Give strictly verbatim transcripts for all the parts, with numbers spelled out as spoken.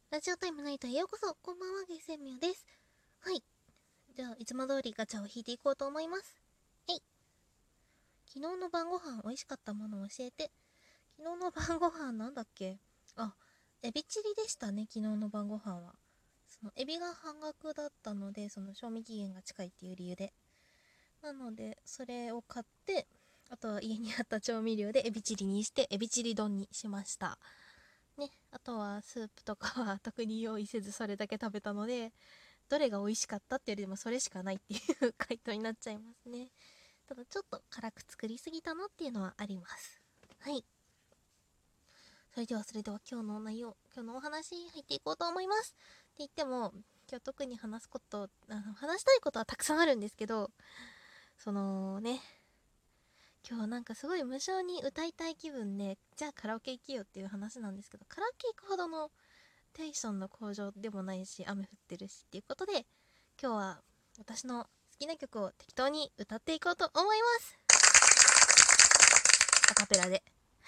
ラジオタイムナイトへようこそ。こんばんは、ゲイセンミョです。はい。じゃあ、いつも通りガチャを引いていこうと思います。えい。昨日の晩ご飯美味しかったものを教えて。昨日の晩ご飯なんだっけ。あ、エビチリでしたね、昨日の晩ご飯は。その、エビが半額だったので、その、賞味期限が近いっていう理由で。なので、それを買って、あとは家にあった調味料でエビチリにして、エビチリ丼にしました。ね、あとはスープとかは特に用意せずそれだけ食べたので、どれが美味しかったっていうよりもそれしかないっていう回答になっちゃいますね。ただちょっと辛く作りすぎたなっていうのはあります。はい。それではそれでは今日の内容、今日のお話入っていこうと思います。って言っても、今日特に話すこと、あの話したいことはたくさんあるんですけど、そのね、今日なんかすごい無性に歌いたい気分で、じゃあカラオケ行きよっていう話なんですけど、カラオケ行くほどのテンションの向上でもないし、雨降ってるしっていうことで、今日は私の好きな曲を適当に歌っていこうと思います。アカペラで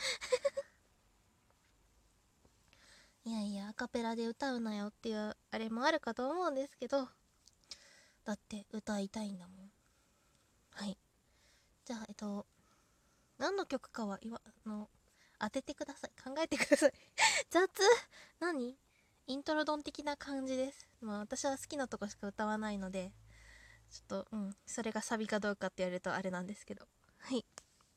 いやいや、アカペラで歌うなよっていうあれもあるかと思うんですけど、だって歌いたいんだもん。はい。じゃあ、えっと、何の曲かは言わ、の、当ててください。考えてください。雑。何イントロドン的な感じです。まあ私は好きなとこしか歌わないので、ちょっと、うん、それがサビかどうかって言われるとあれなんですけど。はい。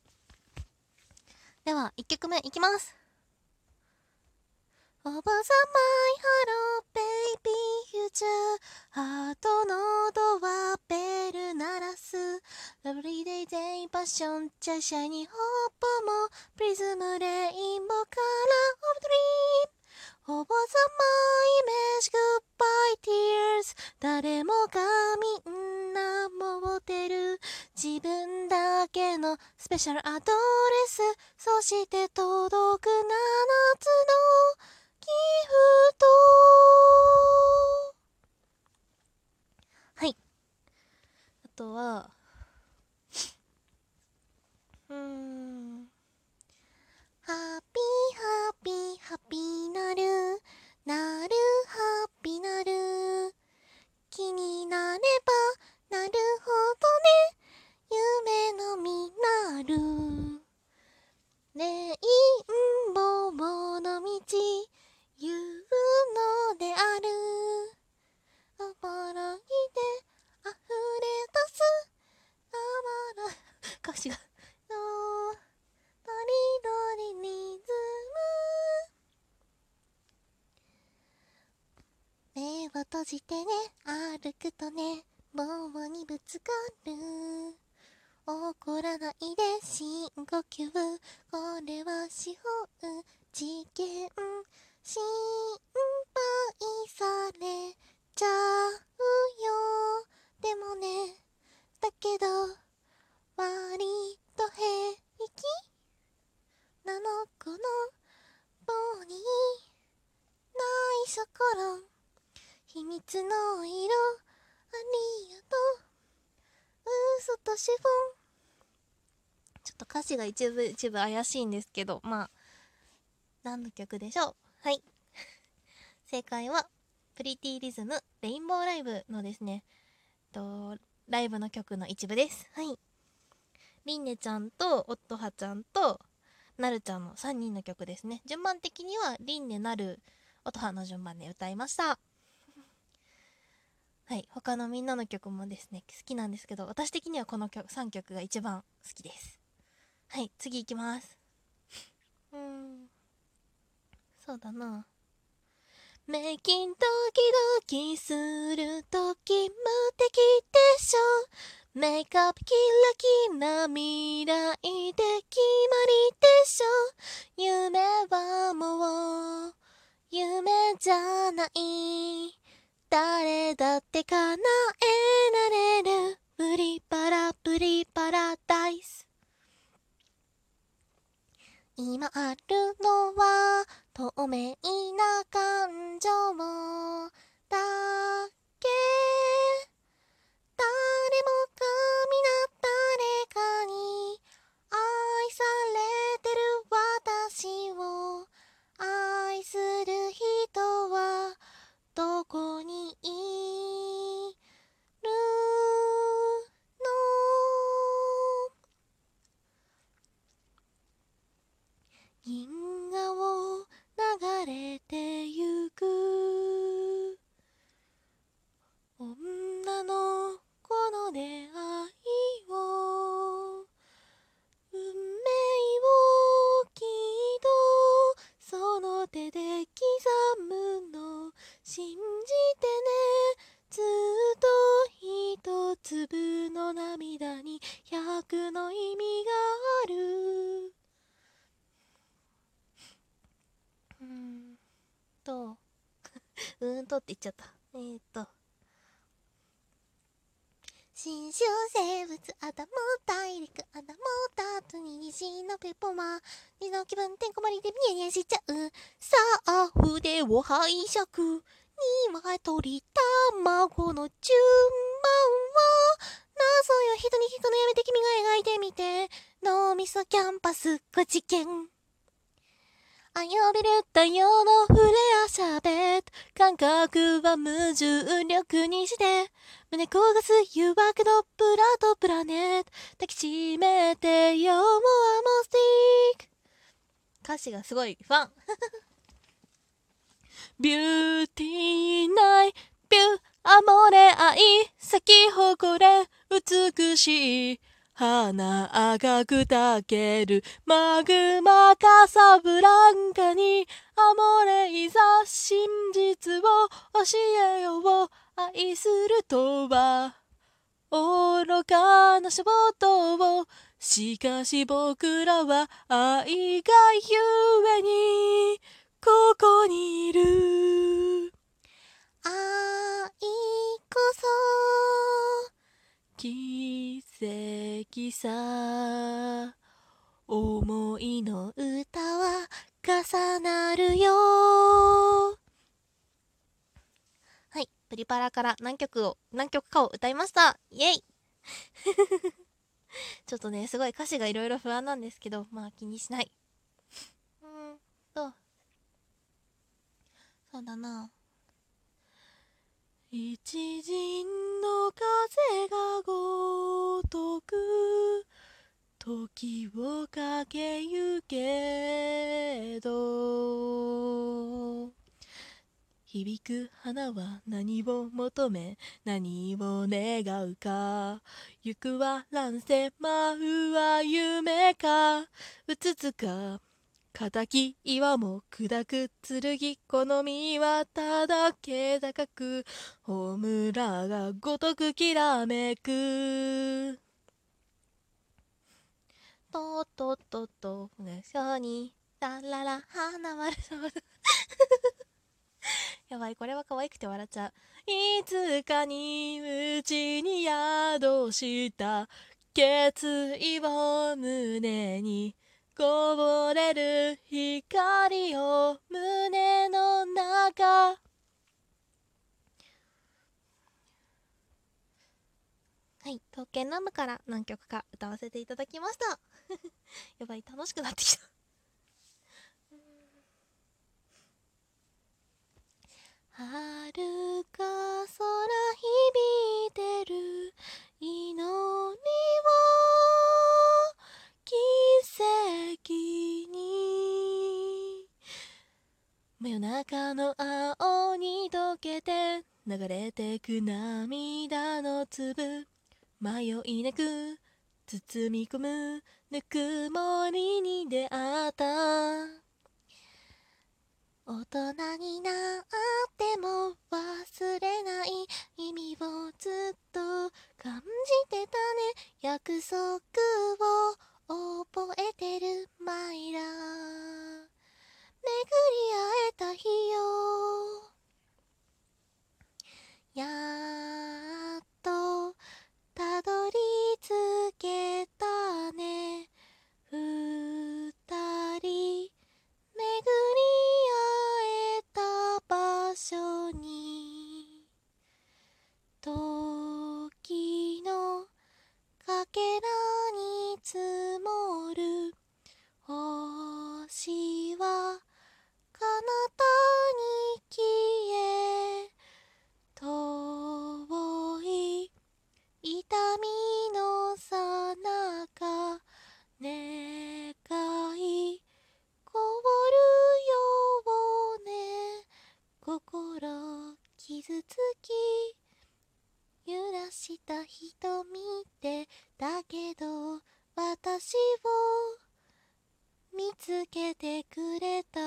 では、いっきょくめいきます。Over the my hello baby future ハートのドアベル鳴らす Everyday day passion チャシャイニーホップもプリズムレインボーカラーオブドリーム Over the my image goodbye tears 誰もがみんな持ってる自分だけのスペシャルアドレスそして届く七つのギフト。はい。あとは、うーん。ハッピーハッピーハッピーなる。なるハッピーなる。気になればなるほどね。夢の実なる。レインボーの道言うのである。おぼろいで溢れ出すあばら歌詞がのドリドリリズム目を閉じてね歩くとね棒にぶつかる怒らないで深呼吸これは司法事件心配されちゃうよでもねだけど割と平気なのこの棒にないショコラ秘密の色ありがとう嘘とシフォンちょっと歌詞が一部一部怪しいんですけどまあ何の曲でしょう。はい正解はプリティリズムレインボーライブのですねとライブの曲の一部です。はいりんねちゃんとおっとはちゃんとなるちゃんのさんにんの曲ですね。順番的にはりんねなるおとはの順番で歌いました。はい他のみんなの曲もですね好きなんですけど私的にはこの曲さんきょくが一番好きです。はい次いきます。うーんそうだなメイキンドキドキするとき無敵でしょメイクアップキラキラ未来で決まりでしょ夢はもう夢じゃない誰だって叶えられるプリパラプリパラダイス今あるのは透明な感情だけ誰もが皆誰かに愛されてる私を愛する人はとうーんとって言っちゃった。えー、っと新種生物アダム大陸アダムダーツに虹のペポマ虹の気分てんこ盛りでニヤニヤしちゃう。さあ筆を拝借には鳥卵の順番は謎よ人に聞くのやめて君が描いてみて脳みそキャンパスご事件あ呼びる太陽のフレアシャーベット感覚は無重力にして胸焦がす誘惑のプラとプラネット抱きしめてよもうアモスティック歌詞がすごいファンビューティーナイビューアモレ愛咲き誇れ美しい花赤く炊けるマグマカサブランカにアモレいざ真実を教えよう愛するとは愚かな衝動しかし僕らは愛がゆえにここにいる愛こそ奇跡さ思いの歌は重なるよ。はい、プリパラから何曲を何曲かを歌いました。イエイちょっとねすごい歌詞がいろいろ不安なんですけどまあ気にしない。うーんとそうだな一陣の風がごとく時を駆けゆけど響く花は何を求め何を願うか行くは乱世舞うは夢かうつつか敵岩も砕く剣好みはただ気高く炎がごとくきらめくとっとっとっと無性にラララ花丸やばいこれは可愛くて笑っちゃう。いつかにうちに宿した決意を胸にこぼれる光を胸の中はい刀剣乱舞から何曲か歌わせていただきましたやばい楽しくなってきた遥か空響いてる祈りは奇跡に真夜中の青に溶けて流れてく涙の粒迷いなく包み込むぬくもりに出会った大人になっても忘れない意味をずっと感じてたね約束を覚えてるマイラ巡り会えた日よやっとたどり着けたね二人巡り会えた場所に時のかけらに積もる星は彼方に消え遠い痛みのさなか願いこぼるようね心傷つき揺らした瞳でだけど私を見つけてくれた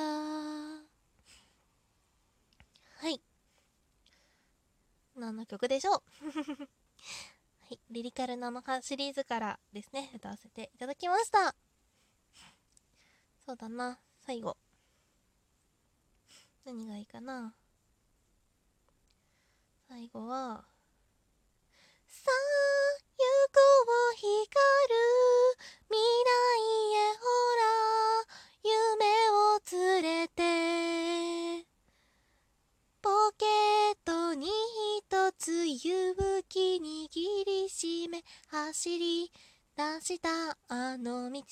はい何の曲でしょうはい、リリカルナノハシリーズからですね歌わせていただきました。そうだな最後何がいいかな。最後はさあ行こう光る未来へ、ほら夢を連れて、ポケットに一つ勇気握りしめ走り出したあの道。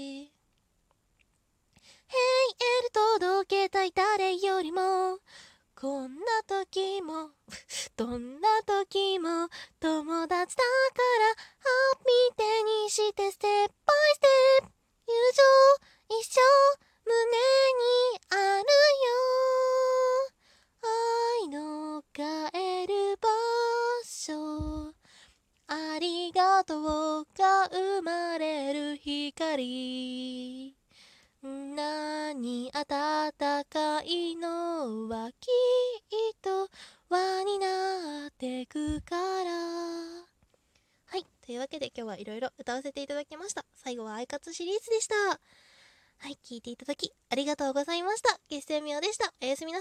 ヘイエル届けたい誰よりも、こんな時もどんな時も友達だからハッピー手にしてステップバイステップ、友情一生胸にあるよ、愛の帰る場所、ありがとうが生まれる光、何暖かいのはきっと輪になってくから。はい、というわけで今日はいろいろ歌わせていただきました。最後はアイカツシリーズでした。はい、聞いていただきありがとうございました。月星みおでした。おやすみなさい。